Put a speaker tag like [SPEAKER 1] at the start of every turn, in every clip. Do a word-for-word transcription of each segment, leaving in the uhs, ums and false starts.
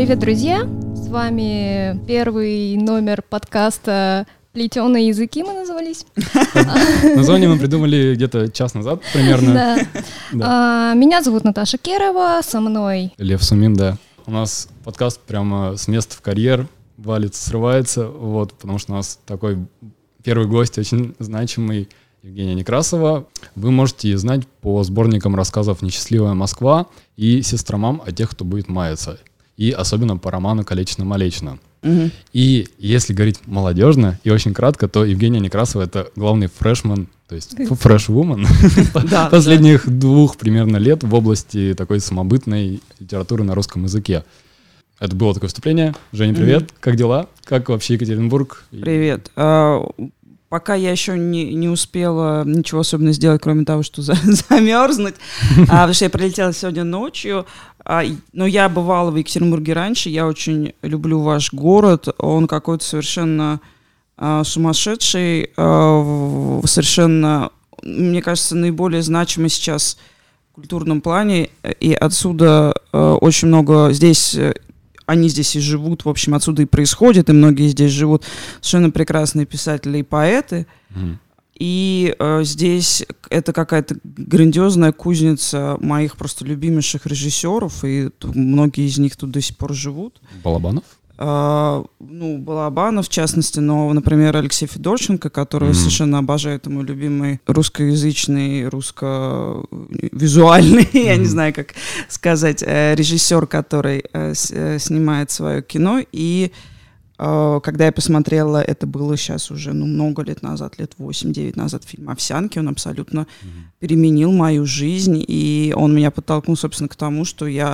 [SPEAKER 1] Привет, друзья! С вами первый номер подкаста «Плетеные языки» мы назвались.
[SPEAKER 2] Название мы придумали где-то час назад примерно.
[SPEAKER 1] Да. Меня зовут Наташа Керова, со мной
[SPEAKER 2] Лев Сумин, да. У нас подкаст прямо с места в карьер валится, срывается, вот, потому что у нас такой первый гость очень значимый, Евгения Некрасова. Вы можете ее знать по сборникам рассказов «Несчастливая Москва» и «Сестромам о тех, кто будет маяться». И особенно по роману «Колечно-молечно». Угу. И если говорить молодежно и очень кратко, то Евгения Некрасова — это главный фрешман, то есть фреш-вумен последних двух примерно лет в области такой самобытной литературы на русском языке. Это было такое вступление. Женя, привет. Mm-hmm. Как дела? Как вообще Екатеринбург?
[SPEAKER 3] Привет. А, пока я еще не, не успела ничего особенного сделать, кроме того, что за, замерзнуть, а, потому что я прилетела сегодня ночью. А, но я бывала в Екатеринбурге раньше. Я очень люблю ваш город. Он какой-то совершенно а, сумасшедший, а, совершенно, мне кажется, наиболее значимый сейчас в культурном плане. И отсюда а, очень много здесь... Они здесь и живут, в общем, отсюда и происходит, и многие здесь живут совершенно прекрасные писатели и поэты. Mm. И э, здесь это какая-то грандиозная кузница моих просто любимейших режиссеров, и тут, многие из них тут до сих пор живут.
[SPEAKER 2] Балабанов?
[SPEAKER 3] А, ну, Балабанов, в частности, но, например, Алексей Федорченко, который mm-hmm. совершенно обожает, мой любимый русскоязычный, русско-визуальный, mm-hmm. я не знаю, как сказать, режиссер, который снимает свое кино. И когда я посмотрела, это было сейчас уже ну, много лет назад, лет восемь-девять назад, фильм «Овсянки», он абсолютно mm-hmm. переменил мою жизнь, и он меня подтолкнул, собственно, к тому, что я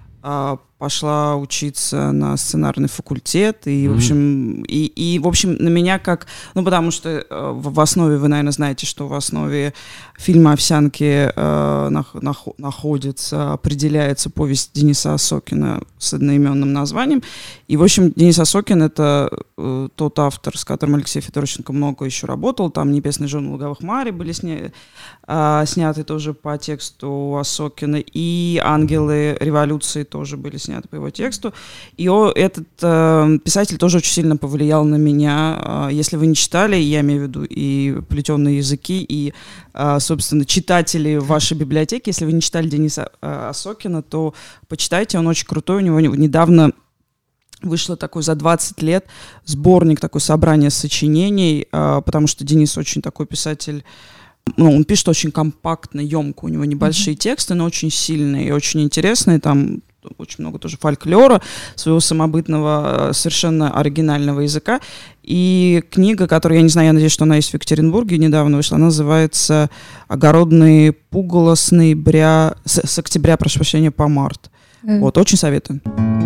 [SPEAKER 3] пошла учиться на сценарный факультет, и, mm-hmm. в общем, и, и, в общем, на меня как... Ну, потому что э, в, в основе, вы, наверное, знаете, что в основе фильма «Овсянки» э, нах, нах, находится, определяется повесть Дениса Осокина с одноименным названием. И, в общем, Денис Осокин — это э, тот автор, с которым Алексей Федорченко много еще работал. Там «Небесные жены луговых марей» были сня... э, сняты тоже по тексту Осокина, и «Ангелы революции» тоже были сняты по его тексту. И о, этот э, писатель тоже очень сильно повлиял на меня. Э, если вы не читали, я имею в виду и «Плетеные языки», и, э, собственно, читатели вашей библиотеки, если вы не читали Дениса э, Осокина, то почитайте, он очень крутой. У него недавно вышло такой за двадцать лет сборник, такое собрание сочинений, э, потому что Денис очень такой писатель. Ну, он пишет очень компактно, емко, у него небольшие mm-hmm. тексты, но очень сильные и очень интересные, там очень много тоже фольклора, своего самобытного, совершенно оригинального языка. И книга, которую, я не знаю, я надеюсь, что она есть в Екатеринбурге, недавно вышла, она называется «Огородные пугало с ноября, с, с октября, прошу прощения, по март». Mm. Вот, очень советую.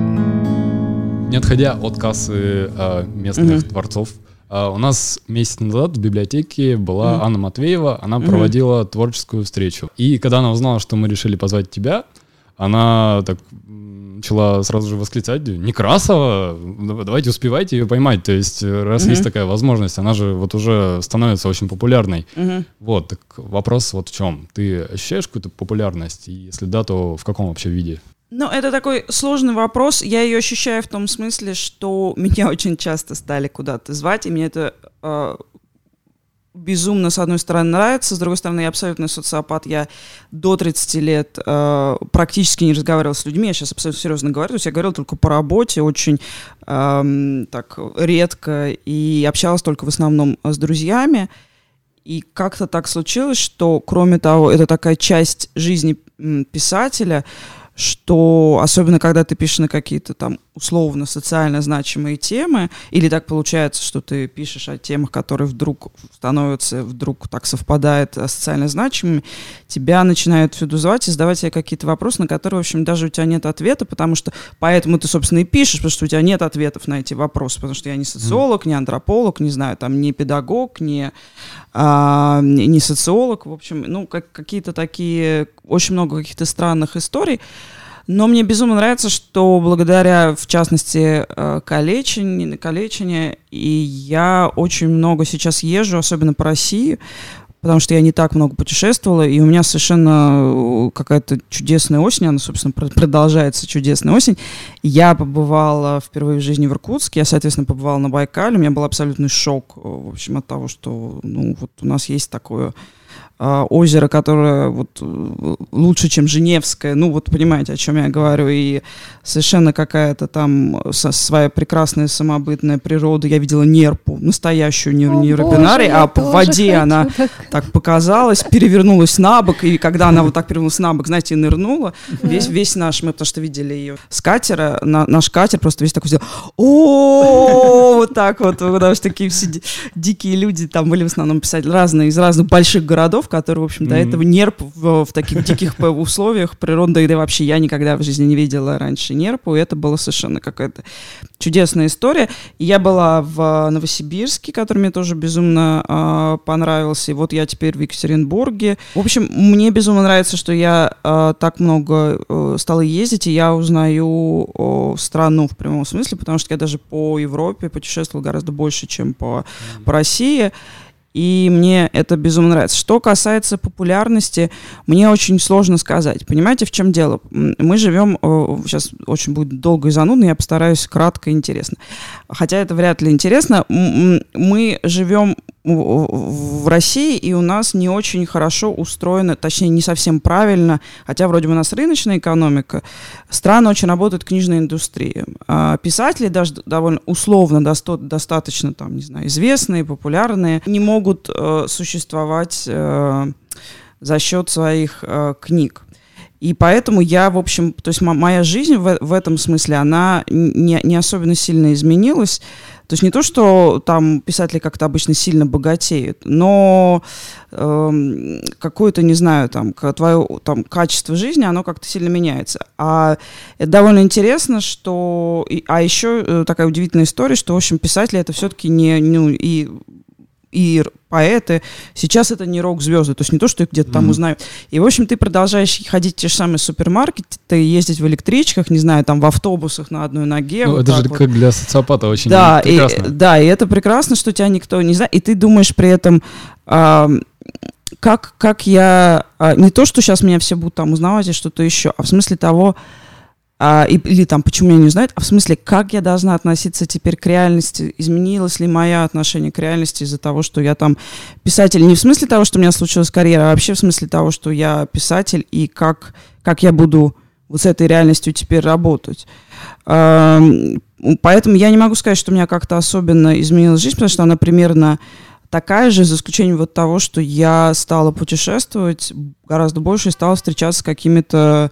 [SPEAKER 2] Не отходя от кассы э, местных mm-hmm. творцов, Uh, у нас месяц назад в библиотеке была mm-hmm. Анна Матвеева, она mm-hmm. проводила творческую встречу. И когда она узнала, что мы решили позвать тебя, она так начала сразу же восклицать: «Некрасова, давайте успевайте ее поймать». То есть раз mm-hmm. есть такая возможность, она же вот уже становится очень популярной. Mm-hmm. Вот, так вопрос вот в чем. Ты ощущаешь какую-то популярность? И если да, то в каком вообще виде?
[SPEAKER 3] Ну, это такой сложный вопрос. Я ее ощущаю в том смысле, что меня очень часто стали куда-то звать, и мне это э, безумно, с одной стороны, нравится, с другой стороны, я абсолютно социопат. Я до тридцати лет э, практически не разговаривала с людьми, я сейчас абсолютно серьезно говорю, то есть я говорила только по работе, очень э, так редко, и общалась только в основном с друзьями. И как-то так случилось, что, кроме того, это такая часть жизни писателя, что особенно когда ты пишешь на какие-то там условно социально значимые темы, или так получается, что ты пишешь о темах, которые вдруг становятся, вдруг так совпадают социально значимыми, тебя начинают всюду звать и задавать тебе какие-то вопросы, на которые, в общем, даже у тебя нет ответа, потому что поэтому ты, собственно, и пишешь, потому что у тебя нет ответов на эти вопросы, потому что я не социолог, не антрополог, не знаю, там, не педагог, не, а, не социолог, в общем, ну, как, какие-то такие, очень много каких-то странных историй. Но мне безумно нравится, что благодаря, в частности, Колечине, Колечине, и я очень много сейчас езжу, особенно по России, потому что я не так много путешествовала, и у меня совершенно какая-то чудесная осень, она, собственно, продолжается, чудесная осень. Я побывала впервые в жизни в Иркутске, я, соответственно, побывала на Байкале, у меня был абсолютный шок, в общем, от того, что, ну, вот у нас есть такое озеро, которое вот лучше, чем Женевское, ну вот понимаете, о чем я говорю, и совершенно какая-то там своя прекрасная самобытная природа. Я видела нерпу, настоящую, не, не рапинарий, а по воде она так. так показалась, перевернулась на бок, и когда она вот так перевернулась на бок, знаете, и нырнула, весь, весь наш, мы потому что видели ее с катера, на, наш катер просто весь такой сделал, о, вот так вот, потому что такие все дикие люди там были в основном писатели разные, из разных больших городов, который, в общем, mm-hmm. до этого нерп в, в таких диких условиях природы, да и вообще я никогда в жизни не видела раньше нерпу, и это была совершенно какая-то чудесная история. И я была в Новосибирске, который мне тоже безумно э, понравился, и вот я теперь в Екатеринбурге. В общем, мне безумно нравится, что я э, так много э, стала ездить, и я узнаю э, страну в прямом смысле, потому что я даже по Европе путешествовала гораздо больше, чем по, mm-hmm. по России. И мне это безумно нравится. Что касается популярности, мне очень сложно сказать. Понимаете, в чем дело? Мы живем, сейчас очень будет долго и занудно, я постараюсь кратко и интересно. Хотя это вряд ли интересно. Мы живем в России, и у нас не очень хорошо устроено, точнее, не совсем правильно, хотя вроде бы у нас рыночная экономика, странно очень работает книжная индустрия. А писатели, даже довольно условно досто- достаточно там, не знаю, известные, популярные, не могут э, существовать э, за счет своих э, книг. И поэтому я, в общем, то есть м- моя жизнь в, в этом смысле, она не, не особенно сильно изменилась. То есть не то, что там писатели как-то обычно сильно богатеют, но э, какое-то, не знаю, там, твое там, качество жизни, оно как-то сильно меняется. А это довольно интересно, что... И, а еще такая удивительная история, что, в общем, писатели это все-таки не... Ну, и, и поэты, сейчас это не рок-звезды, то есть не то, что их где-то mm-hmm. там узнают. И, в общем, ты продолжаешь ходить в те же самые супермаркеты, ты ездить в электричках, не знаю, там в автобусах на одной ноге.
[SPEAKER 2] Ну,
[SPEAKER 3] вот
[SPEAKER 2] это же
[SPEAKER 3] вот.
[SPEAKER 2] Как для социопата очень
[SPEAKER 3] да,
[SPEAKER 2] прекрасно.
[SPEAKER 3] И, да, и это прекрасно, что тебя никто не знает, и ты думаешь при этом... А, как, как я... А, не то, что сейчас меня все будут там узнавать и что-то еще, а в смысле того... А, и, или там, почему меня не узнают, а в смысле, как я должна относиться теперь к реальности, изменилось ли мое отношение к реальности из-за того, что я там писатель, не в смысле того, что у меня случилась карьера, а вообще в смысле того, что я писатель, и как, как я буду вот с этой реальностью теперь работать. А, поэтому я не могу сказать, что у меня как-то особенно изменилась жизнь, потому что она примерно такая же, за исключением вот того, что я стала путешествовать гораздо больше и стала встречаться с какими-то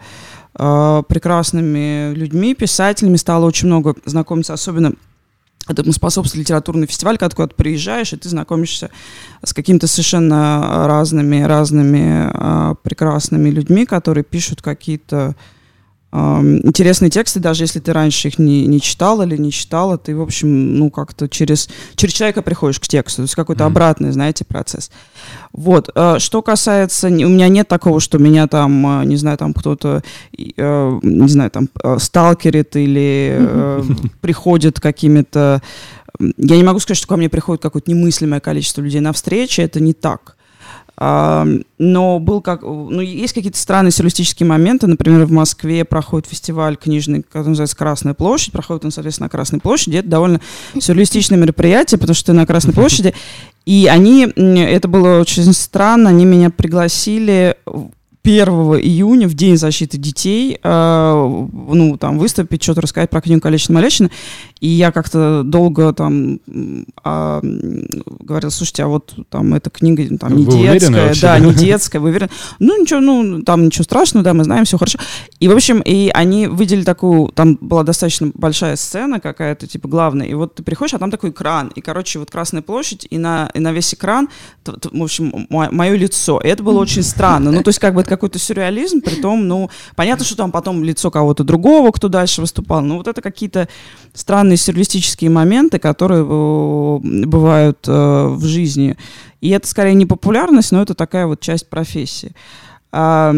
[SPEAKER 3] прекрасными людьми, писателями, стало очень много знакомиться, особенно этому способствует литературный фестиваль, когда ты куда-то приезжаешь, и ты знакомишься с какими-то совершенно разными, разными э, прекрасными людьми, которые пишут какие-то э, интересные тексты, даже если ты раньше их не, не читал или не читала, ты, в общем, ну, как-то через, через человека приходишь к тексту, то есть какой-то mm-hmm. обратный, знаете, процесс. Вот. Что касается... У меня нет такого, что меня там, не знаю, там кто-то, не знаю, там сталкерит или mm-hmm. приходит какими-то... Я не могу сказать, что ко мне приходит какое-то немыслимое количество людей на встречи, это не так. Но был как, ну, есть какие-то странные сюрреалистические моменты. Например, в Москве проходит фестиваль книжный, который называется «Красная площадь». Проходит он, соответственно, на Красной площади. Это довольно сюрреалистичное мероприятие, потому что ты на Красной площади. И они, это было очень странно, они меня пригласили первого июня, в День защиты детей, э, ну, там, выступить, что-то рассказать про книгу Калечина Малечина. И я как-то долго там э, говорила, слушайте, а вот там эта книга там, не
[SPEAKER 2] вы
[SPEAKER 3] детская. Да, не детская, вы уверены? Ну, ничего, ну, там ничего страшного, да, мы знаем, все хорошо. И, в общем, и они выделили такую, там была достаточно большая сцена какая-то, типа, главная, и вот ты приходишь, а там такой экран, и, короче, вот Красная площадь, и на, и на весь экран, т, т, в общем, мое лицо. И это было очень странно. Ну, то есть, как бы, это какой-то сюрреализм, притом, ну, понятно, что там потом лицо кого-то другого, кто дальше выступал, но вот это какие-то странные сюрреалистические моменты, которые э, бывают э, в жизни. И это скорее не популярность, но это такая вот часть профессии. А,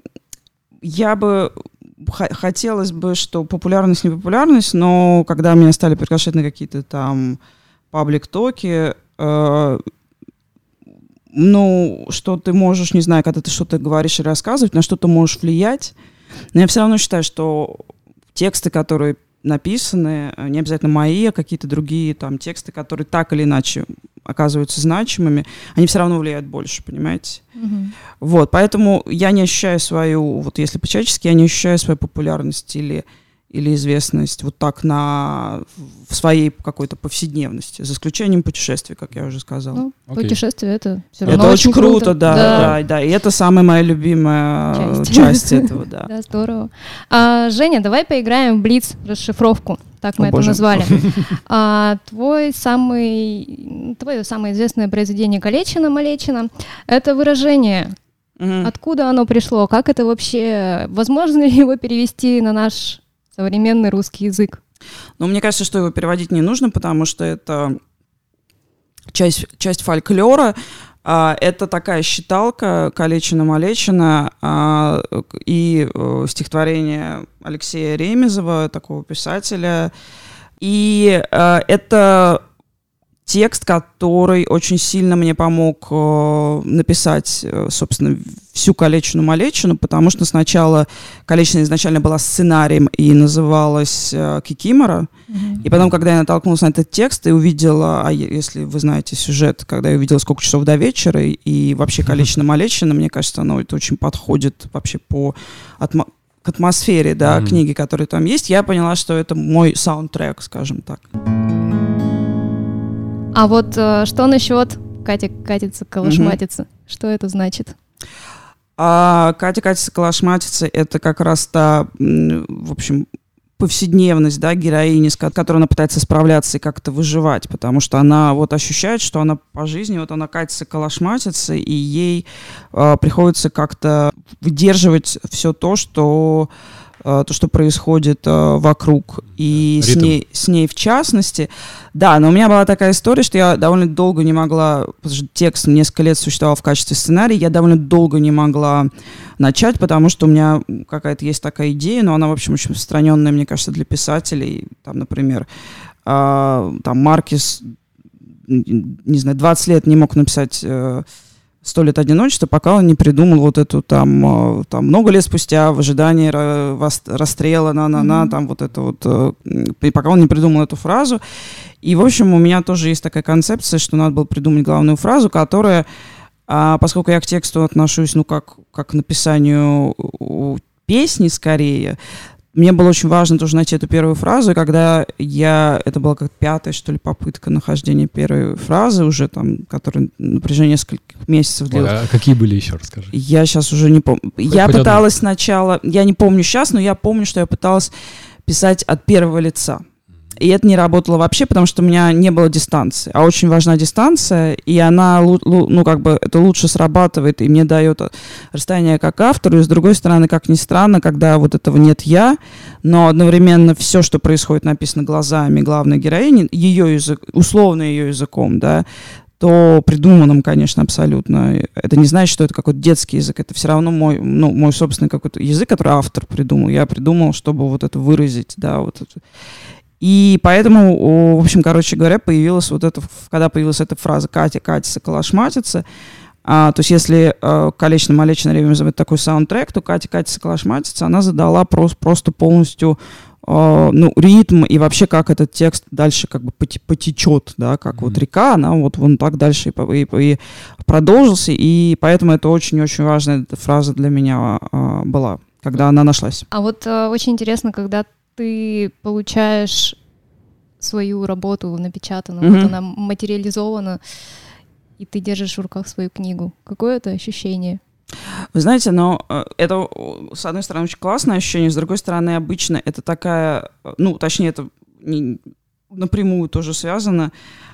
[SPEAKER 3] я бы... Х- хотелось бы, что популярность не популярность, но когда меня стали приглашать на какие-то там паблик-токи, э, ну, что ты можешь, не знаю, когда ты что-то говоришь и рассказывать, на что ты можешь влиять. Но я все равно считаю, что тексты, которые написаны, не обязательно мои, а какие-то другие там тексты, которые так или иначе оказываются значимыми, они все равно влияют больше, понимаете? Mm-hmm. Вот, поэтому я не ощущаю свою, вот если по-человечески, я не ощущаю свою популярность или, или известность вот так на, в своей какой-то повседневности, за исключением путешествий, как я уже сказала.
[SPEAKER 1] Ну,
[SPEAKER 2] okay.
[SPEAKER 1] Путешествие — это все равно
[SPEAKER 3] это
[SPEAKER 1] очень
[SPEAKER 3] очень круто,
[SPEAKER 1] круто.
[SPEAKER 3] Да,
[SPEAKER 1] да.
[SPEAKER 3] да, да, и это самая моя любимая часть, часть этого, да.
[SPEAKER 1] Да, здорово. А, Женя, давай поиграем в блиц-расшифровку. Так мы О, это боже. назвали. А, твой самый, твое самое известное произведение «Калечина-малечина» — это выражение. Mm-hmm. Откуда оно пришло? Как это вообще? Возможно ли его перевести на наш современный русский язык?
[SPEAKER 3] Ну, мне кажется, что его переводить не нужно, потому что это часть, часть фольклора. А, это такая считалка «Калечина-малечина» а, и а, стихотворение Алексея Ремезова, такого писателя. И а, это текст, который очень сильно мне помог а, написать, собственно, всю «Калечину-малечину», потому что сначала «Калечина» изначально была сценарием и называлась а, «Кикимора». Mm-hmm. И потом, когда я натолкнулась на этот текст и увидела, а если вы знаете сюжет, когда я увидела «Сколько часов до вечера» и вообще «Калечина-малечина», мне кажется, оно это очень подходит вообще по атмо- к атмосфере, да, mm-hmm. книги, которые там есть, я поняла, что это мой саундтрек, скажем так.
[SPEAKER 1] А вот э, что насчет Катя катится, калашматится? Mm-hmm. Что это значит?
[SPEAKER 3] А, Катя катится, калашматится — это как раз та, в общем, повседневность, да, героини, с которой она пытается справляться и как-то выживать, потому что она вот ощущает, что она по жизни, вот она катится, калашматится, и ей э, приходится как-то выдерживать все то, что то, что происходит uh, вокруг, и с ней, с ней в частности. Да, но у меня была такая история, что я довольно долго не могла, потому что текст несколько лет существовал в качестве сценария, я довольно долго не могла начать, потому что у меня какая-то есть такая идея, но она, в общем, очень распространенная, мне кажется, для писателей. Там, например, uh, там Маркес, не знаю, двадцать лет не мог написать... Uh, «Сто лет одиночества», пока он не придумал вот эту там, там много лет спустя в ожидании расстрела, на-на-на, mm-hmm. там вот это вот, и пока он не придумал эту фразу. И, в общем, у меня тоже есть такая концепция, что надо было придумать главную фразу, которая, а, поскольку я к тексту отношусь, ну, как, как к написанию песни скорее, мне было очень важно тоже найти эту первую фразу, и когда я, это была как пятая, что ли, попытка нахождения первой фразы уже там, которая на протяжении нескольких месяцев длилась.
[SPEAKER 2] А какие были еще, расскажи?
[SPEAKER 3] Я сейчас уже не помню. Я
[SPEAKER 2] Хоть
[SPEAKER 3] пыталась
[SPEAKER 2] одну.
[SPEAKER 3] сначала, я не помню сейчас, но я помню, что я пыталась писать от первого лица. И это не работало вообще, потому что у меня не было дистанции. А очень важна дистанция, и она, ну, как бы, это лучше срабатывает, и мне дает расстояние как автору. И с другой стороны, как ни странно, когда вот этого нет я, но одновременно все, что происходит, написано глазами главной героини, ее язык, условно ее языком, да, то придуманным, конечно, абсолютно. Это не значит, что это какой-то детский язык. Это все равно мой, ну, мой собственный какой-то язык, который автор придумал. Я придумал, чтобы вот это выразить, да, вот это. И поэтому, в общем, короче говоря, появилась вот эта, когда появилась эта фраза «Катя катится, калашматится», а, то есть если а, «Калечина-малечина» Ремезов — это такой саундтрек, то «Катя катится, калашматится» она задала просто, просто полностью а, ну, ритм и вообще как этот текст дальше как бы потечет, да, как mm-hmm. вот река, она вот вон так дальше и, и, и продолжился, и поэтому это очень-очень важная фраза для меня а, была, когда она нашлась.
[SPEAKER 1] А вот а, очень интересно, когда ты получаешь свою работу напечатанную, mm-hmm. вот она материализована, и ты держишь в руках свою книгу. Какое это ощущение?
[SPEAKER 3] Вы знаете, но это, с одной стороны, очень классное ощущение, с другой стороны, обычно это такая, ну, точнее, это не, напрямую тоже связано.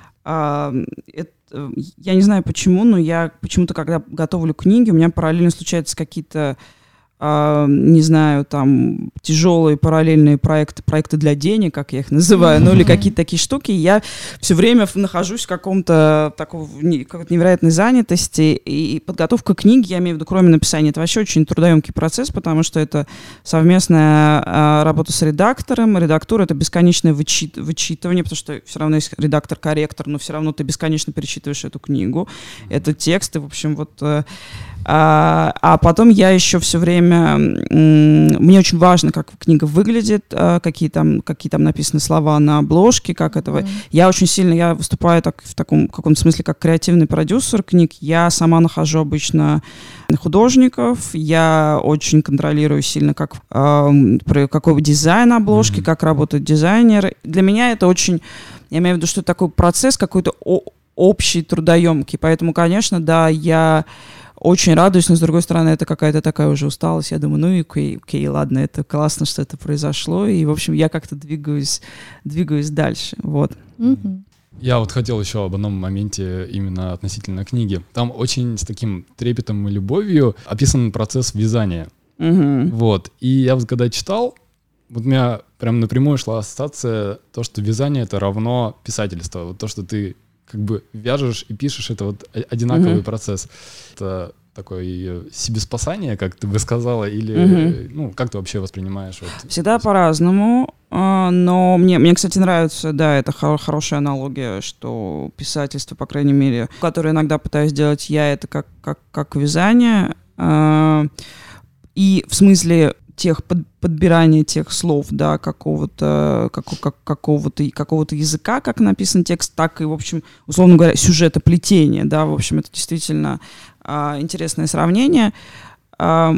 [SPEAKER 3] А, это, я не знаю почему, но я почему-то, когда готовлю книги, у меня параллельно случаются какие-то Uh, не знаю, там, тяжелые параллельные проекты, проекты для денег, как я их называю, mm-hmm. ну или какие-то такие штуки, я все время нахожусь в каком-то такой какой-то невероятной занятости, и подготовка книги, я имею в виду, кроме написания, это вообще очень трудоемкий процесс, потому что это совместная uh, работа с редактором, редактура — это бесконечное вычит- вычитывание, потому что все равно есть редактор-корректор, но все равно ты бесконечно перечитываешь эту книгу, mm-hmm. это тексты, в общем, вот... Uh, А, а потом я еще все время... Мне очень важно, как книга выглядит, какие там, какие там написаны слова на обложке, как этого... Mm-hmm. Я очень сильно... Я выступаю так, в таком каком-то смысле как креативный продюсер книг. Я сама нахожу обычно художников. Я очень контролирую сильно, как, э, какой дизайн обложки, mm-hmm. как работает дизайнер. Для меня это очень... Я имею в виду, что это такой процесс какой-то о- общий, трудоемкий. Поэтому, конечно, да, я... очень радуюсь, но, с другой стороны, это какая-то такая уже усталость. Я думаю, ну и окей, окей, ладно, это классно, что это произошло. И, в общем, я как-то двигаюсь, двигаюсь дальше. Вот.
[SPEAKER 1] Mm-hmm.
[SPEAKER 2] Я вот хотел еще об одном моменте именно относительно книги. Там очень с таким трепетом и любовью описан процесс вязания.
[SPEAKER 3] Mm-hmm.
[SPEAKER 2] Вот. И я вот когда читал, вот у меня прям напрямую шла ассоциация, то, что вязание — это равно писательство. Вот то, что ты как бы вяжешь и пишешь, это вот одинаковый mm-hmm. процесс. Это такое себеспасание, как ты бы сказала, или, mm-hmm. ну, как ты вообще воспринимаешь? Вот,
[SPEAKER 3] всегда по-разному, но мне, мне, кстати, нравится, да, это хор- хорошая аналогия, что писательство, по крайней мере, которое иногда пытаюсь делать я, это как, как, как вязание, и в смысле тех под, подбирания тех слов, да, какого-то, как, как, какого-то, какого-то языка, как написан текст, так и, в общем, условно говоря, сюжетоплетение, да, в общем, это действительно а, интересное сравнение. А,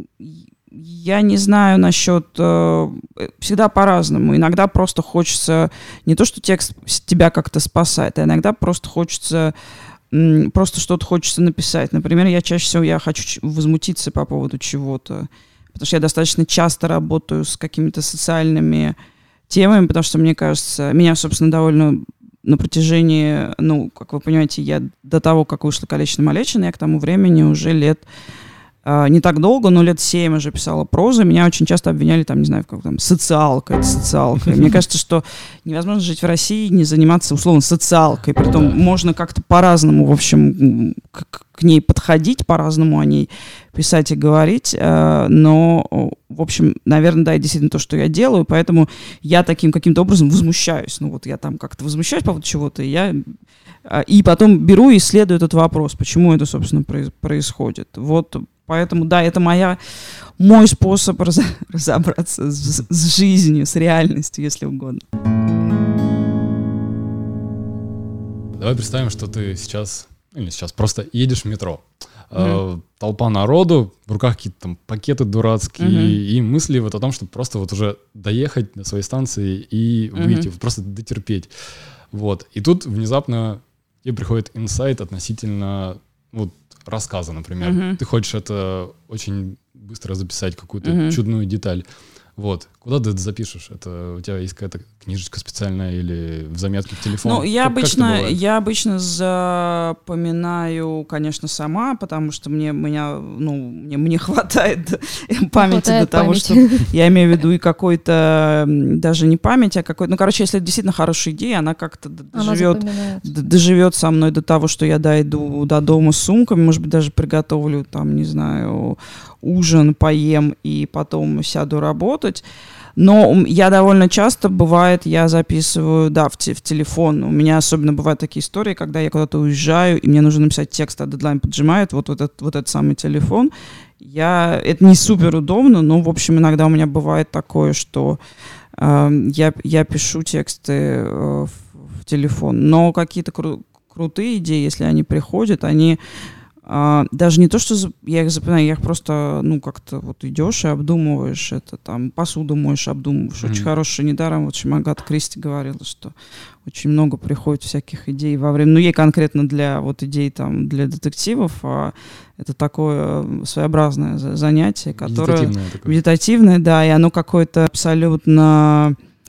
[SPEAKER 3] я не знаю насчет... А, всегда по-разному. Иногда просто хочется... Не то, что текст тебя как-то спасает, а иногда просто хочется... Просто что-то хочется написать. Например, я чаще всего я хочу возмутиться по поводу чего-то, потому что я достаточно часто работаю с какими-то социальными темами, потому что, мне кажется, меня, собственно, довольно на протяжении, ну, как вы понимаете, я до того, как вышла «Калечина-малечина», я к тому времени уже лет, э, не так долго, но лет семь уже писала прозу, меня очень часто обвиняли, там, не знаю, как там, социалка, это социалка. Мне кажется, что невозможно жить в России и не заниматься, условно, социалкой, притом можно как-то по-разному, в общем, к, к ней подходить, по-разному о ней писать и говорить, э, но, в общем, наверное, да, это действительно то, что я делаю, поэтому я таким каким-то образом возмущаюсь. Ну вот я там как-то возмущаюсь по поводу чего-то, и я э, и потом беру и исследую этот вопрос, почему это, собственно, произ- происходит. Вот, поэтому, да, это моя, мой способ раз- разобраться с, с жизнью, с реальностью, если угодно.
[SPEAKER 2] Давай представим, что ты сейчас, или сейчас просто едешь в метро. Mm-hmm. Толпа народу, в руках какие-то там пакеты дурацкие, mm-hmm. и мысли вот о том, чтобы просто вот уже доехать до своей станции и выйти, mm-hmm. вот просто дотерпеть. Вот. И тут внезапно тебе приходит инсайт относительно вот, рассказа, например. Mm-hmm. Ты хочешь это очень быстро записать, какую-то mm-hmm. чудную деталь. Вот. Куда ты это запишешь? Это у тебя есть какая-то книжечка специальная или в заметке в телефон?
[SPEAKER 3] Ну, я,
[SPEAKER 2] как,
[SPEAKER 3] обычно,
[SPEAKER 2] как
[SPEAKER 3] я обычно запоминаю, конечно, сама, потому что мне, меня, ну, мне, мне хватает памяти хватает до того, памяти. Что я имею в виду и какой-то, даже не память, а какой-то... Ну, короче, если это действительно хорошая идея, она как-то доживет, доживет со мной до того, что я дойду до дома с сумками, может быть, даже приготовлю, там, не знаю, ужин, поем и потом сяду работать. Но я довольно часто, бывает, я записываю, да, в, те, в телефон. У меня особенно бывают такие истории, когда я куда-то уезжаю, и мне нужно написать текст, а дедлайн поджимает, вот, вот, этот, вот этот самый телефон. Я, это не супер удобно, но, в общем, иногда у меня бывает такое, что э, я, я пишу тексты э, в, в телефон. Но какие-то кру- крутые идеи, если они приходят, они... Uh, даже не то, что я их запоминаю, я их просто, ну, как-то вот идешь и обдумываешь это, там, посуду моешь, обдумываешь. Mm-hmm. Очень хорошая, недаром, вот Агата Кристи говорила, что очень много приходит всяких идей во время, ну, ей конкретно для вот идей, там, для детективов, а это такое своеобразное занятие, которое...
[SPEAKER 2] Медитативное такое.
[SPEAKER 3] Медитативное, да, и оно какое-то абсолютно...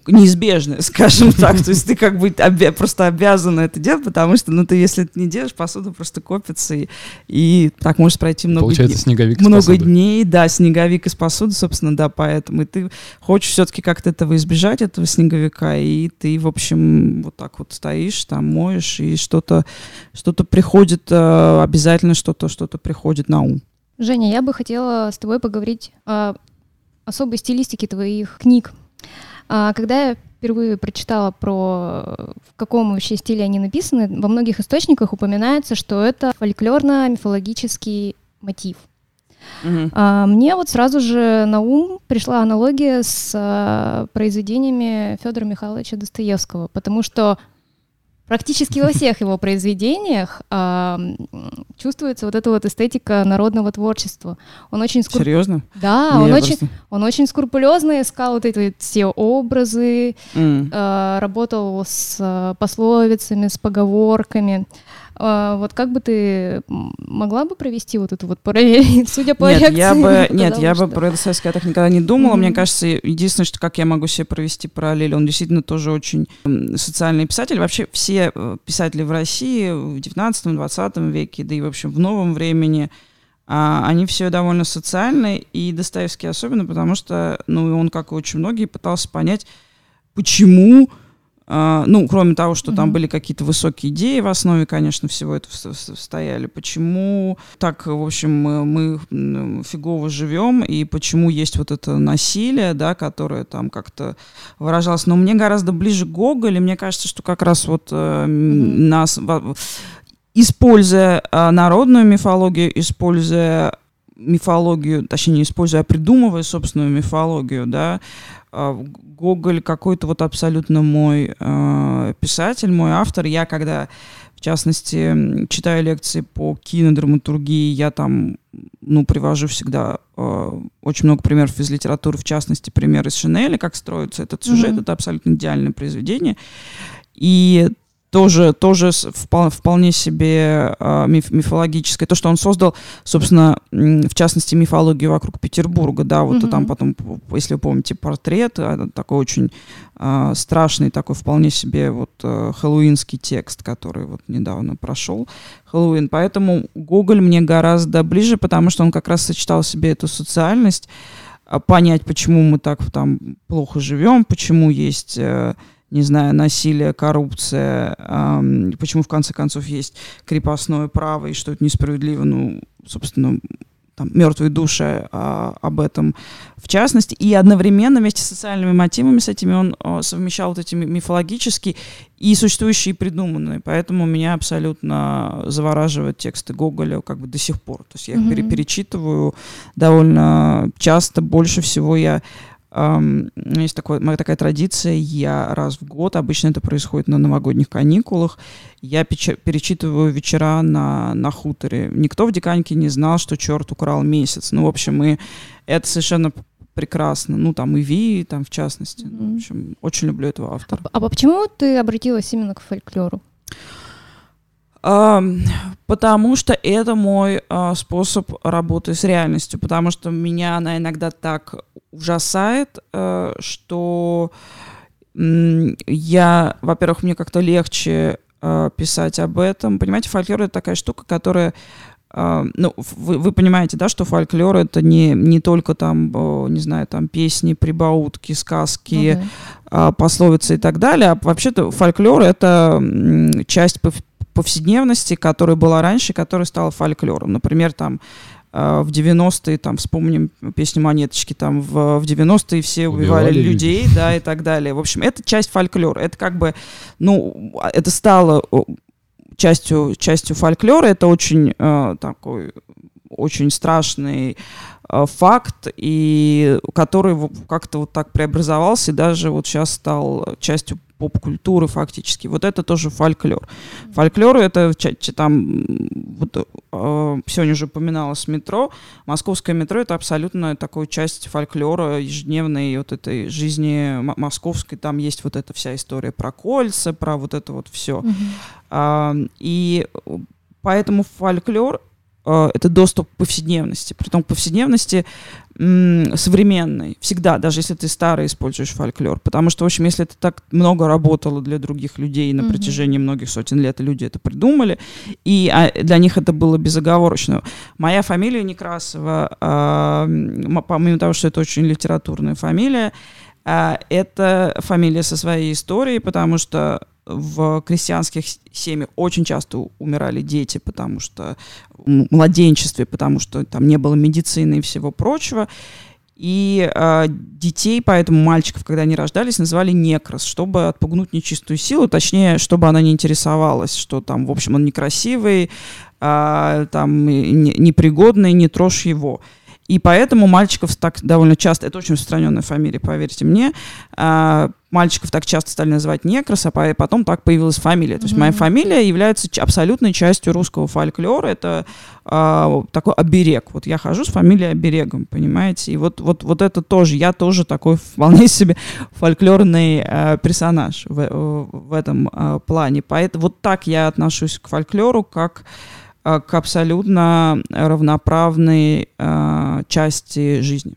[SPEAKER 3] неизбежное, скажем так. То есть ты как бы обя- просто обязан это делать, потому что, ну, ты, если это не делаешь, посуда просто копится, и, и так может пройти много,
[SPEAKER 2] Получается,
[SPEAKER 3] дней,
[SPEAKER 2] снеговик
[SPEAKER 3] много
[SPEAKER 2] из посуды.
[SPEAKER 3] дней. Да, снеговик из посуды, собственно, да, поэтому. И ты хочешь все-таки как-то этого избежать, этого снеговика, и ты, в общем, вот так вот стоишь, там моешь, и что-то, что-то приходит, обязательно что-то, что-то приходит на ум.
[SPEAKER 1] Женя, я бы хотела с тобой поговорить о особой стилистике твоих книг. Когда я впервые прочитала про в каком вообще стиле они написаны, во многих источниках упоминается, что это фольклорно-мифологический мотив. Uh-huh. А, мне вот сразу же на ум пришла аналогия с а, произведениями Федора Михайловича Достоевского, потому что практически во всех его произведениях а, чувствуется вот эта вот эстетика народного творчества. Он очень скруп...
[SPEAKER 3] Серьезно?
[SPEAKER 1] Да, он очень, он очень скрупулезно искал вот эти вот все образы, mm. а, работал с а, пословицами, с поговорками. А, вот как бы ты могла бы провести вот эту вот параллель, судя по
[SPEAKER 3] нет,
[SPEAKER 1] реакции?
[SPEAKER 3] Я бы, нет, я что... бы про Достоевского так никогда не думала. Mm-hmm. Мне кажется, единственное, что как я могу себе провести параллель, он действительно тоже очень социальный писатель. Вообще все писатели в России в девятнадцатом-двадцатом веке, да и в общем в новом времени, они все довольно социальные, и Достоевский особенно, потому что, ну, он, как и очень многие, пытался понять, почему... Uh, ну, кроме того, что mm-hmm. там были какие-то высокие идеи в основе, конечно, всего этого стояли. Почему так, в общем, мы, мы фигово живем, и почему есть вот это насилие, да, которое там как-то выражалось. Но мне гораздо ближе Гоголь, и мне кажется, что как раз вот uh, mm-hmm. нас, используя uh, народную мифологию, используя мифологию, точнее, не используя, а придумывая собственную мифологию, да, Гоголь какой-то вот абсолютно мой э, писатель, мой автор. Я когда, в частности, читаю лекции по кинодраматургии, я там, ну, привожу всегда э, очень много примеров из литературы, в частности, пример из Шинеля, как строится этот сюжет. Mm-hmm. Это абсолютно идеальное произведение. И тоже, тоже вполне себе э, миф, мифологическое. То, что он создал, собственно, в частности, мифологию вокруг Петербурга, да, вот mm-hmm. там потом, если вы помните, портрет, такой очень э, страшный, такой вполне себе вот э, хэллоуинский текст, который вот недавно прошел, Хэллоуин. Поэтому Гоголь мне гораздо ближе, потому что он как раз сочетал в себе эту социальность, э, понять, почему мы так там плохо живем, почему есть... Э, не знаю, насилие, коррупция, эм, почему в конце концов есть крепостное право и что это несправедливо, ну, собственно, там, мертвые души а, об этом в частности. И одновременно вместе с социальными мотивами с этими он а, совмещал вот эти мифологические и существующие, и придуманные. Поэтому меня абсолютно завораживают тексты Гоголя как бы до сих пор. То есть я их mm-hmm. пере- перечитываю довольно часто, больше всего я... Um, есть такой, такая традиция, я раз в год, обычно это происходит на новогодних каникулах, я печа- перечитываю вечера на, на хуторе. Никто в Диканьке не знал, что черт украл месяц. Ну, в общем, и это совершенно прекрасно. Ну, там и Ви, там в частности. Mm-hmm. Ну, в общем, очень люблю этого автора.
[SPEAKER 1] А, а почему ты обратилась именно к фольклору?
[SPEAKER 3] Uh, потому что это мой uh, способ работы с реальностью, потому что меня она иногда так ужасает, uh, что um, я, во-первых, мне как-то легче uh, писать об этом. Понимаете, фольклор — это такая штука, которая... Uh, ну, вы, вы понимаете, да, что фольклор — это не, не только там, uh, не знаю, там песни, прибаутки, сказки, uh-huh. uh, пословицы и так далее, а вообще-то фольклор — это um, часть повседневности, которая была раньше, которая стала фольклором. Например, там э, в девяностые, там, вспомним песню «Монеточки», там, в, в девяностые все убивали, убивали людей, людей, да, и так далее. В общем, это часть фольклора. Это как бы, ну, это стало частью, частью фольклора. Это очень э, такой, очень страшный э, факт, и который как-то вот так преобразовался, и даже вот сейчас стал частью поп-культуры фактически. Вот это тоже фольклор. Фольклор — это там, вот, э, сегодня уже упоминалось метро. Московское метро — это абсолютно такая часть фольклора ежедневной вот этой жизни м- московской. Там есть вот эта вся история про кольца, про вот это вот все. Mm-hmm. А, и поэтому фольклор э, это доступ к повседневности, притом к повседневности м, современной, всегда, даже если ты старый используешь фольклор, потому что, в общем, если это так много работало для других людей на mm-hmm. протяжении многих сотен лет, и люди это придумали, и а, для них это было безоговорочно. Моя фамилия Некрасова, э, помимо того, что это очень литературная фамилия, э, это фамилия со своей историей, потому что в крестьянских семьях очень часто умирали дети, потому что в младенчестве, потому что там не было медицины и всего прочего. И э, детей, поэтому мальчиков, когда они рождались, называли некрас, чтобы отпугнуть нечистую силу, точнее, чтобы она не интересовалась, что там, в общем, он некрасивый, э, там, не, непригодный, не трожь его. И поэтому мальчиков так довольно часто, это очень распространенная фамилия, поверьте мне, э, мальчиков так часто стали называть некрас, а потом так появилась фамилия. Mm-hmm. То есть моя фамилия является абсолютной частью русского фольклора. Это э, такой оберег. Вот я хожу с фамилией оберегом, понимаете? И вот, вот, вот это тоже, я тоже такой вполне себе фольклорный э, персонаж в, в этом э, плане. Поэтому вот так я отношусь к фольклору, как э, к абсолютно равноправной э, части жизни.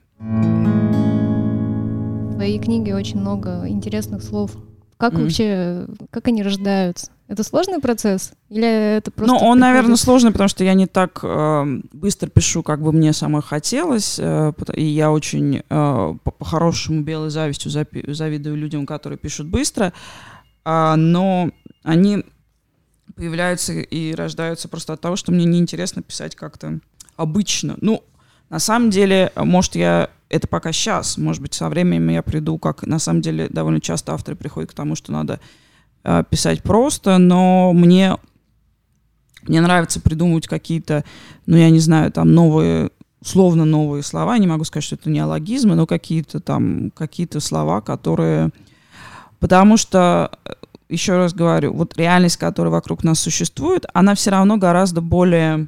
[SPEAKER 1] В твоей книге очень много интересных слов. Как mm. вообще, как они рождаются? Это сложный процесс? Или это просто...
[SPEAKER 3] Ну, он,
[SPEAKER 1] приходит...
[SPEAKER 3] наверное, сложный, потому что я не так э, быстро пишу, как бы мне самой хотелось. Э, и я очень э, по-хорошему белой завистью запи- завидую людям, которые пишут быстро. Э, но они появляются и рождаются просто от того, что мне неинтересно писать как-то обычно. Ну, на самом деле, может, я... Это пока сейчас, может быть, со временем я приду, как на самом деле довольно часто авторы приходят к тому, что надо э, писать просто, но мне, мне нравится придумывать какие-то, ну, я не знаю, там новые, условно новые слова, не могу сказать, что это неологизмы, но какие-то там, какие-то слова, которые... Потому что, еще раз говорю, вот реальность, которая вокруг нас существует, она все равно гораздо более...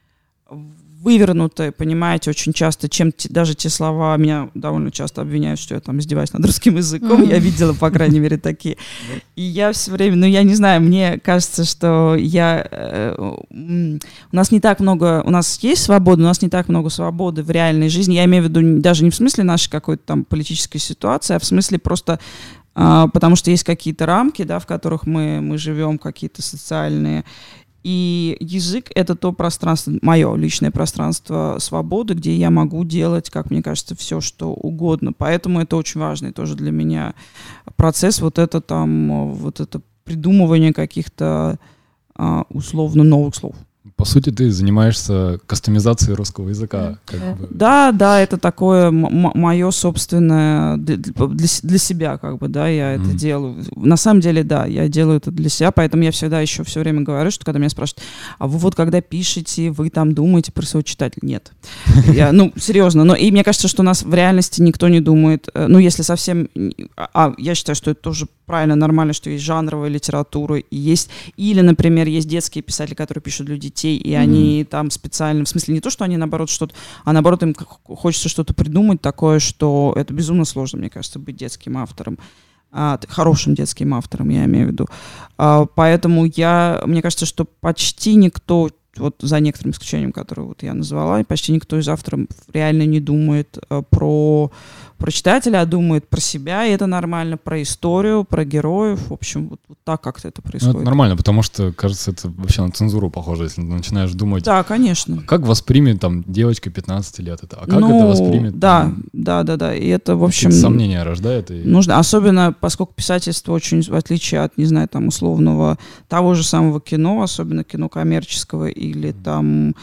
[SPEAKER 3] вывернутые, понимаете, очень часто, чем те, даже те слова, меня довольно часто обвиняют, что я там издеваюсь над русским языком, mm-hmm. я видела, по крайней мере, такие. И я все время, ну, я не знаю, мне кажется, что я... Э, у нас не так много... У нас есть свобода, у нас не так много свободы в реальной жизни. Я имею в виду даже не в смысле нашей какой-то там политической ситуации, а в смысле просто... Э, потому что есть какие-то рамки, да, в которых мы, мы живем, какие-то социальные... И язык — это то пространство, мое личное пространство свободы, где я могу делать, как мне кажется, все, что угодно. Поэтому это очень важный тоже для меня процесс, вот это там, вот это придумывание каких-то а, условно новых слов.
[SPEAKER 2] По сути, ты занимаешься кастомизацией русского языка. Как
[SPEAKER 3] да.
[SPEAKER 2] бы.
[SPEAKER 3] да, да, это такое м- мое собственное для, для, для себя, как бы, да, я mm-hmm. это делаю. На самом деле, да, я делаю это для себя, поэтому я всегда еще все время говорю, что когда меня спрашивают, а вы вот когда пишете, вы там думаете про своего читателя? Нет. Я, ну, серьезно, но и мне кажется, что у нас в реальности никто не думает, ну, если совсем, а я считаю, что это тоже правильно, нормально, что есть жанровая литература, и есть, или, например, есть детские писатели, которые пишут для детей, и mm-hmm. они там специально, в смысле не то, что они наоборот что-то, а наоборот им хочется что-то придумать такое, что это безумно сложно, мне кажется, быть детским автором, а, хорошим детским автором, я имею в виду. А, поэтому я, мне кажется, что почти никто, вот за некоторым исключением, которое вот я назвала, почти никто из авторов реально не думает а, про, про читателя, а думает про себя, и это нормально, про историю, про героев, в общем, вот, вот так как-то это происходит.
[SPEAKER 2] Ну, это нормально, потому что, кажется, это вообще на цензуру похоже, если ты начинаешь думать.
[SPEAKER 3] Да, конечно.
[SPEAKER 2] Как воспримет там девочка пятнадцати лет это, а как
[SPEAKER 3] ну,
[SPEAKER 2] это воспримет?
[SPEAKER 3] Да,
[SPEAKER 2] там,
[SPEAKER 3] да, да, да, и это, в общем...
[SPEAKER 2] сомнения рождает. И...
[SPEAKER 3] Нужно, особенно, поскольку писательство очень, в отличие от, не знаю, там, условного, того же самого кино, особенно кино коммерческого, или там...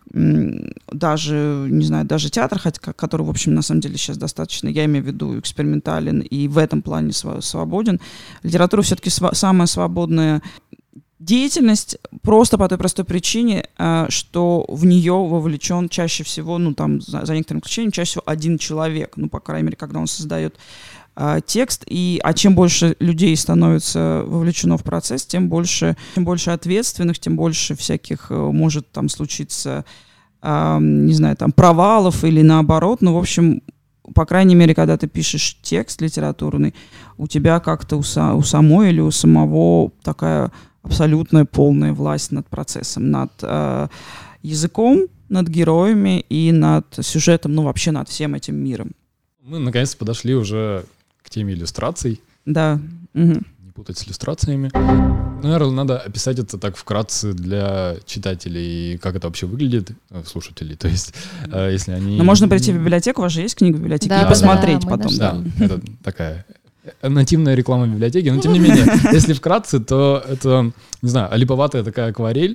[SPEAKER 3] даже, не знаю, даже театр, который, в общем, на самом деле сейчас достаточно, я имею в виду, экспериментален и в этом плане свободен. Литература все-таки св- самая свободная деятельность просто по той простой причине, что в нее вовлечен чаще всего, ну, там, за, за некоторым исключением, чаще всего один человек, ну, по крайней мере, когда он создает текст, и, а чем больше людей становится вовлечено в процесс, тем больше, тем больше ответственных, тем больше всяких может там случиться, э, не знаю, там провалов или наоборот, ну, в общем, по крайней мере, когда ты пишешь текст литературный, у тебя как-то у, са, у самой или у самого такая абсолютная полная власть над процессом, над... Э, языком, над героями и над сюжетом, ну вообще над всем этим миром.
[SPEAKER 2] Мы наконец-то подошли уже к теме иллюстраций.
[SPEAKER 3] Да. Угу.
[SPEAKER 2] Не путать с иллюстрациями. Наверное, надо описать это так вкратце для читателей, как это вообще выглядит, слушателей. То есть, э, если они...
[SPEAKER 3] Но можно прийти в библиотеку, у вас же есть книга в библиотеке,
[SPEAKER 1] да,
[SPEAKER 3] и посмотреть
[SPEAKER 1] да,
[SPEAKER 3] потом.
[SPEAKER 2] Да, да, это такая нативная реклама библиотеки. Но тем не менее, если вкратце, то это, не знаю, олиповатая такая акварель,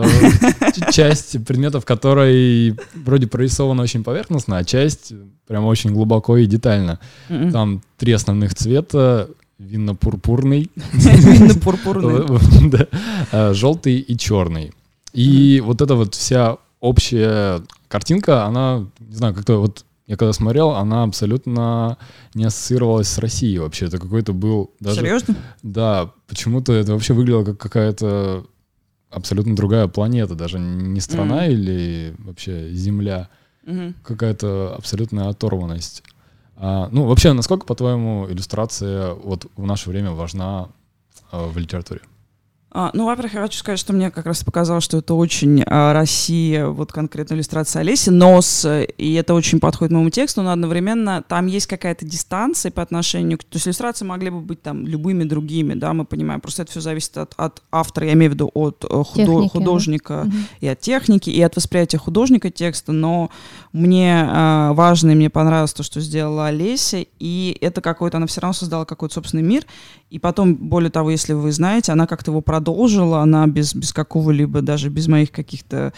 [SPEAKER 2] часть предметов, которой вроде прорисована очень поверхностно, а часть прям очень глубоко и детально. Там три основных цвета: винно-пурпурный,
[SPEAKER 3] Винно-пурпурный,
[SPEAKER 2] желтый и черный. И вот эта вот вся общая картинка, она, не знаю, как-то вот я когда смотрел, она абсолютно не ассоциировалась с Россией вообще. Это какой-то был даже...
[SPEAKER 3] Серьезно?
[SPEAKER 2] Да, почему-то это вообще выглядело как какая-то абсолютно другая планета, даже не страна mm-hmm. или вообще Земля, mm-hmm. какая-то абсолютная оторванность. А, ну, вообще, насколько, по-твоему, иллюстрация вот в наше время важна а, в литературе?
[SPEAKER 3] А, ну, во-первых, я хочу сказать, что мне как раз показалось, что это очень а, Россия, вот конкретно иллюстрация Олеси, нос, и это очень подходит моему тексту, но одновременно там есть какая-то дистанция по отношению к... То есть иллюстрации могли бы быть там любыми другими, да, мы понимаем, просто это все зависит от, от автора, я имею в виду от худо- Техники, художника да. и от техники, и от восприятия художника текста, но мне а, важно, и мне понравилось то, что сделала Олеся, и это какой-то, она все равно создала какой-то собственный мир, и потом, более того, если вы знаете, она как-то его продолжила, она без, без какого-либо, даже без моих каких-то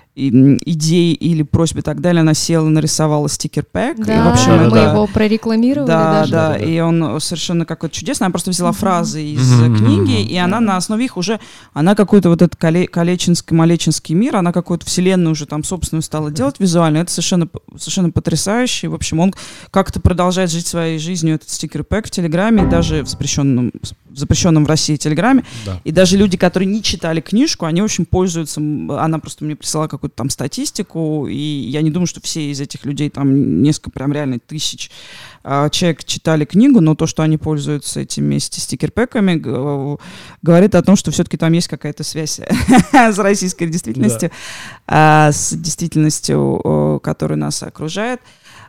[SPEAKER 3] идей или просьб и так далее, она села, нарисовала стикер-пэк.
[SPEAKER 1] Да,
[SPEAKER 3] и, в общем,
[SPEAKER 1] мы
[SPEAKER 3] это...
[SPEAKER 1] его прорекламировали
[SPEAKER 3] да,
[SPEAKER 1] даже.
[SPEAKER 3] Да,
[SPEAKER 2] да, да,
[SPEAKER 3] и он совершенно какой-то чудесный. Она просто взяла mm-hmm. фразы из
[SPEAKER 2] mm-hmm.
[SPEAKER 3] книги, и она на основе их уже, она какой-то вот этот кале- калечинский, малечинский мир, она какую-то вселенную уже там собственную стала делать визуально. Это совершенно, совершенно потрясающе. В общем, он как-то продолжает жить своей жизнью, этот стикер-пэк в Телеграме, даже в запрещенном, в запрещенном в России Телеграме.
[SPEAKER 2] Да.
[SPEAKER 3] И даже люди, которые не читали книжку, они, в общем, пользуются. Она просто мне прислала какую-то там статистику, и я не думаю, что все из этих людей, там несколько прям реально тысяч а, человек читали книгу, но то, что они пользуются этими стикер-пэками, г- говорит о том, что все-таки там есть какая-то связь с российской действительностью, да. а, с действительностью, которая нас окружает.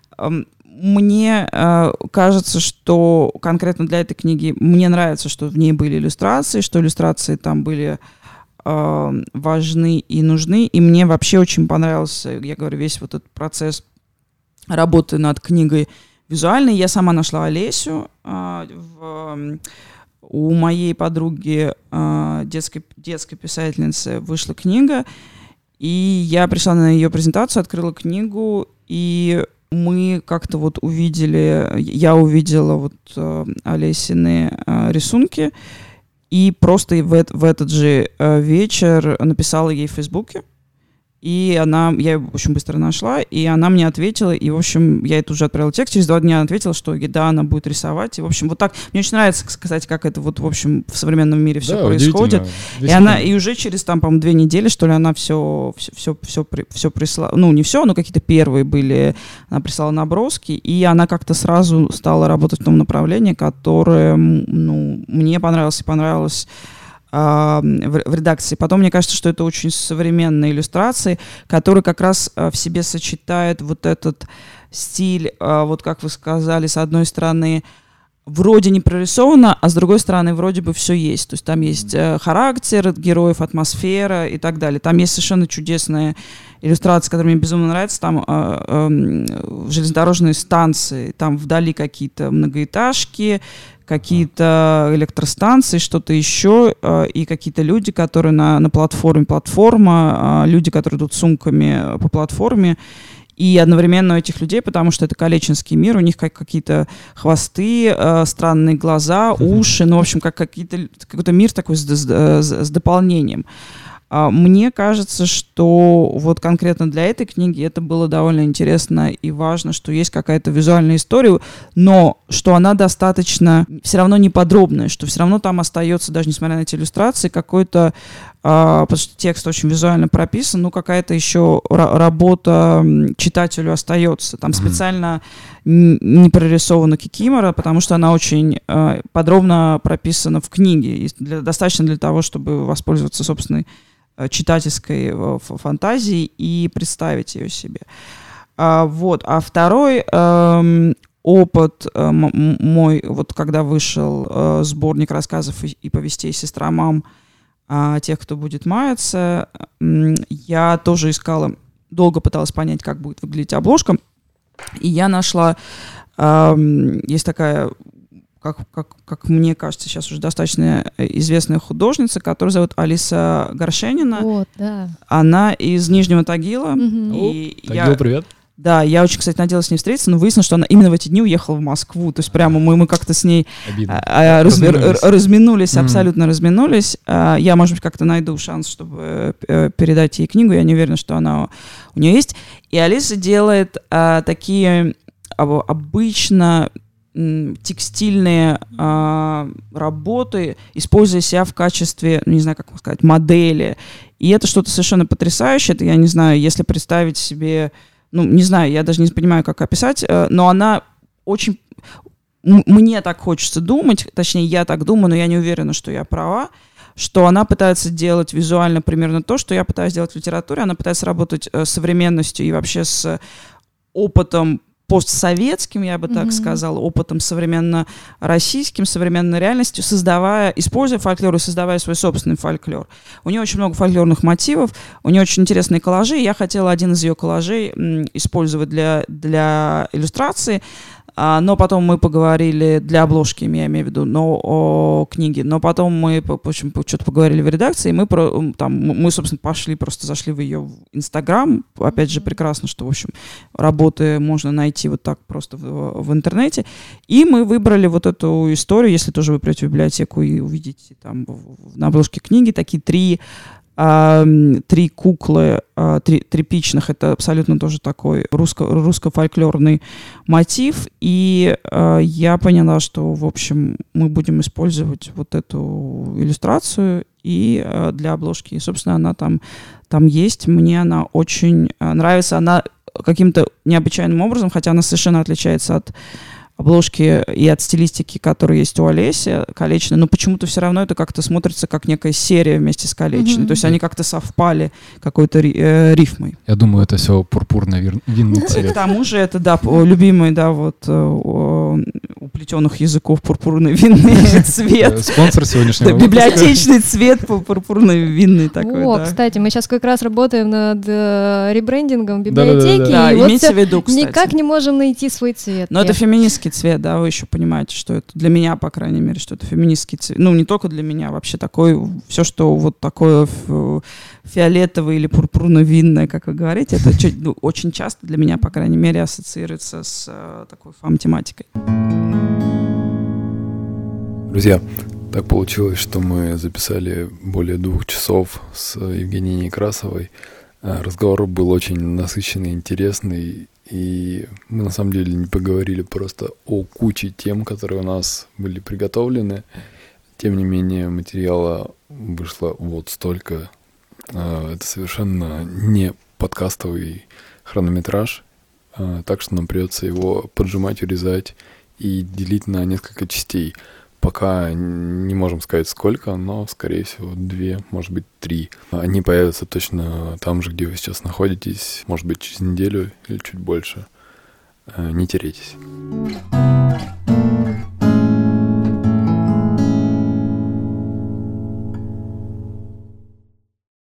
[SPEAKER 3] Мне э, кажется, что конкретно для этой книги мне нравится, что в ней были иллюстрации, что иллюстрации там были э, важны и нужны. И мне вообще очень понравился, я говорю, весь вот этот процесс работы над книгой визуальной. Я сама нашла Олесю. Э, в, у моей подруги, э, детской, детской писательницы, вышла книга. И я пришла на ее презентацию, открыла книгу, и мы как-то вот увидели, я увидела вот э, Олесины э, рисунки, и просто в, в этот же э, вечер написала ей в Фейсбуке. И она, я ее очень быстро нашла, и она мне ответила, и, в общем, я это уже отправила текст, через два дня она ответила, что да, она будет рисовать, и, в общем, вот так, мне очень нравится сказать, как это вот, в общем, в современном мире все да, происходит, и она, и уже через, там, по-моему, две недели, что ли, она все, все, все, все, все прислала, ну, не все, но какие-то первые были, она прислала наброски, и она как-то сразу стала работать в том направлении, которое, ну, мне понравилось и понравилось в редакции. Потом мне кажется, что это очень современные иллюстрации, которые как раз в себе сочетают вот этот стиль, вот как вы сказали, с одной стороны вроде не прорисовано, а с другой стороны вроде бы все есть. То есть там есть характер героев, атмосфера и так далее. Там есть совершенно чудесная иллюстрация, которая мне безумно нравится. Там э, э, железнодорожные станции, там вдали какие-то многоэтажки, какие-то электростанции, что-то еще, э, и какие-то люди, которые на, на платформе, платформа, э, люди, которые идут сумками по платформе, и одновременно у этих людей, потому что это калечинский мир, у них как какие-то хвосты, э, странные глаза, уши, ну, в общем, как какие-то, какой-то мир такой с, с, с дополнением. Мне кажется, что вот конкретно для этой книги это было довольно интересно и важно, что есть какая-то визуальная история, но что она достаточно все равно не подробная, что все равно там остается, даже несмотря на эти иллюстрации, какой-то, а, потому что текст очень визуально прописан, ну какая-то еще р- работа читателю остается. Там mm-hmm. специально не прорисована Кикимора, потому что она очень а, подробно прописана в книге, и для, достаточно для того, чтобы воспользоваться собственной читательской фантазии и представить ее себе. А, вот. А второй э, опыт э, мой, вот когда вышел э, сборник рассказов и, и повестей «Сестра мам», э, тех, кто будет маяться, э, я тоже искала, долго пыталась понять, как будет выглядеть обложка, и я нашла, э, есть такая... Как, как, как мне кажется, сейчас уже достаточно известная художница, которая зовут Алиса Горшенина.
[SPEAKER 1] Вот, да.
[SPEAKER 3] Она из Нижнего Тагила.
[SPEAKER 1] Mm-hmm.
[SPEAKER 3] И
[SPEAKER 2] Тагил,
[SPEAKER 3] я,
[SPEAKER 2] привет.
[SPEAKER 3] Да, я очень, кстати, надеялась с ней встретиться, но выяснилось, что она именно в эти дни уехала в Москву. То есть прямо мы, мы как-то с ней а, раз, разминулись, разминулись mm-hmm. абсолютно разминулись. А, я, может быть, как-то найду шанс, чтобы э, передать ей книгу. Я не уверена, что она у нее есть. И Алиса делает а, такие а, обычно... текстильные а, работы, используя себя в качестве, ну, не знаю, как сказать, модели. И это что-то совершенно потрясающее. Это, я не знаю, если представить себе, ну, не знаю, я даже не понимаю, как описать, но она очень... Мне так хочется думать, точнее, я так думаю, но я не уверена, что я права, что она пытается делать визуально примерно то, что я пытаюсь делать в литературе. Она пытается работать с современностью и вообще с опытом постсоветским, я бы так mm-hmm. сказала, опытом современно-российским, современной реальностью, создавая, используя фольклор и создавая свой собственный фольклор. У нее очень много фольклорных мотивов, у нее очень интересные коллажи. Я хотела один из ее коллажей м, использовать для, для иллюстрации, а, но потом мы поговорили, для обложки, я имею в виду, но, о книге, но потом мы, в общем, что-то поговорили в редакции, и мы, про, там, мы, собственно, пошли, просто зашли в ее Инстаграм. Опять же, прекрасно, что, в общем, работы можно найти вот так просто в, в интернете. И мы выбрали вот эту историю, если тоже вы придете в библиотеку и увидите там на обложке книги такие три, а, три куклы а, три, тряпичных. Это абсолютно тоже такой русско, русско-фольклорный мотив. И а, я поняла, что, в общем, мы будем использовать вот эту иллюстрацию и а, для обложки. И, собственно, она там, там есть. Мне она очень а, нравится. Она каким-то необычайным образом, хотя она совершенно отличается от обложки и от стилистики, которая есть у Олеси Колечиной, но почему-то все равно это как-то смотрится как некая серия вместе с Колечиной. Mm-hmm. То есть они как-то совпали какой-то ри- э, рифмой.
[SPEAKER 2] Я думаю, это все пурпурный винный цвет.
[SPEAKER 3] К тому же это, да, любимый, да, вот у плетеных языков пурпурный винный цвет.
[SPEAKER 2] Спонсор сегодняшнего выпуска.
[SPEAKER 3] Библиотечный цвет пурпурный винный такой,
[SPEAKER 1] О, кстати, мы сейчас как раз работаем над ребрендингом библиотеки.
[SPEAKER 3] Да, имейте в виду, кстати.
[SPEAKER 1] Никак не можем найти свой цвет.
[SPEAKER 3] Но это феминистский цвет, да, вы еще понимаете, что это для меня, по крайней мере, что это феминистский цвет. Ну, не только для меня, вообще такой, все, что вот такое фиолетовое или пурпурно-винное, как вы говорите, это чуть, ну, очень часто для меня, по крайней мере, ассоциируется с э, такой фам-тематикой.
[SPEAKER 4] Друзья, так получилось, что мы записали более двух часов с Евгенией Некрасовой. Разговор был очень насыщенный, интересный. И мы на самом деле не поговорили просто о куче тем, которые у нас были приготовлены. Тем не менее, материала вышло вот столько. Это совершенно не подкастовый хронометраж, так что нам придется его поджимать, урезать и делить на несколько частей. Пока не можем сказать сколько, но, скорее всего, две, может быть, три. Они появятся точно там же, где вы сейчас находитесь, может быть, через неделю или чуть больше. Не теряйтесь.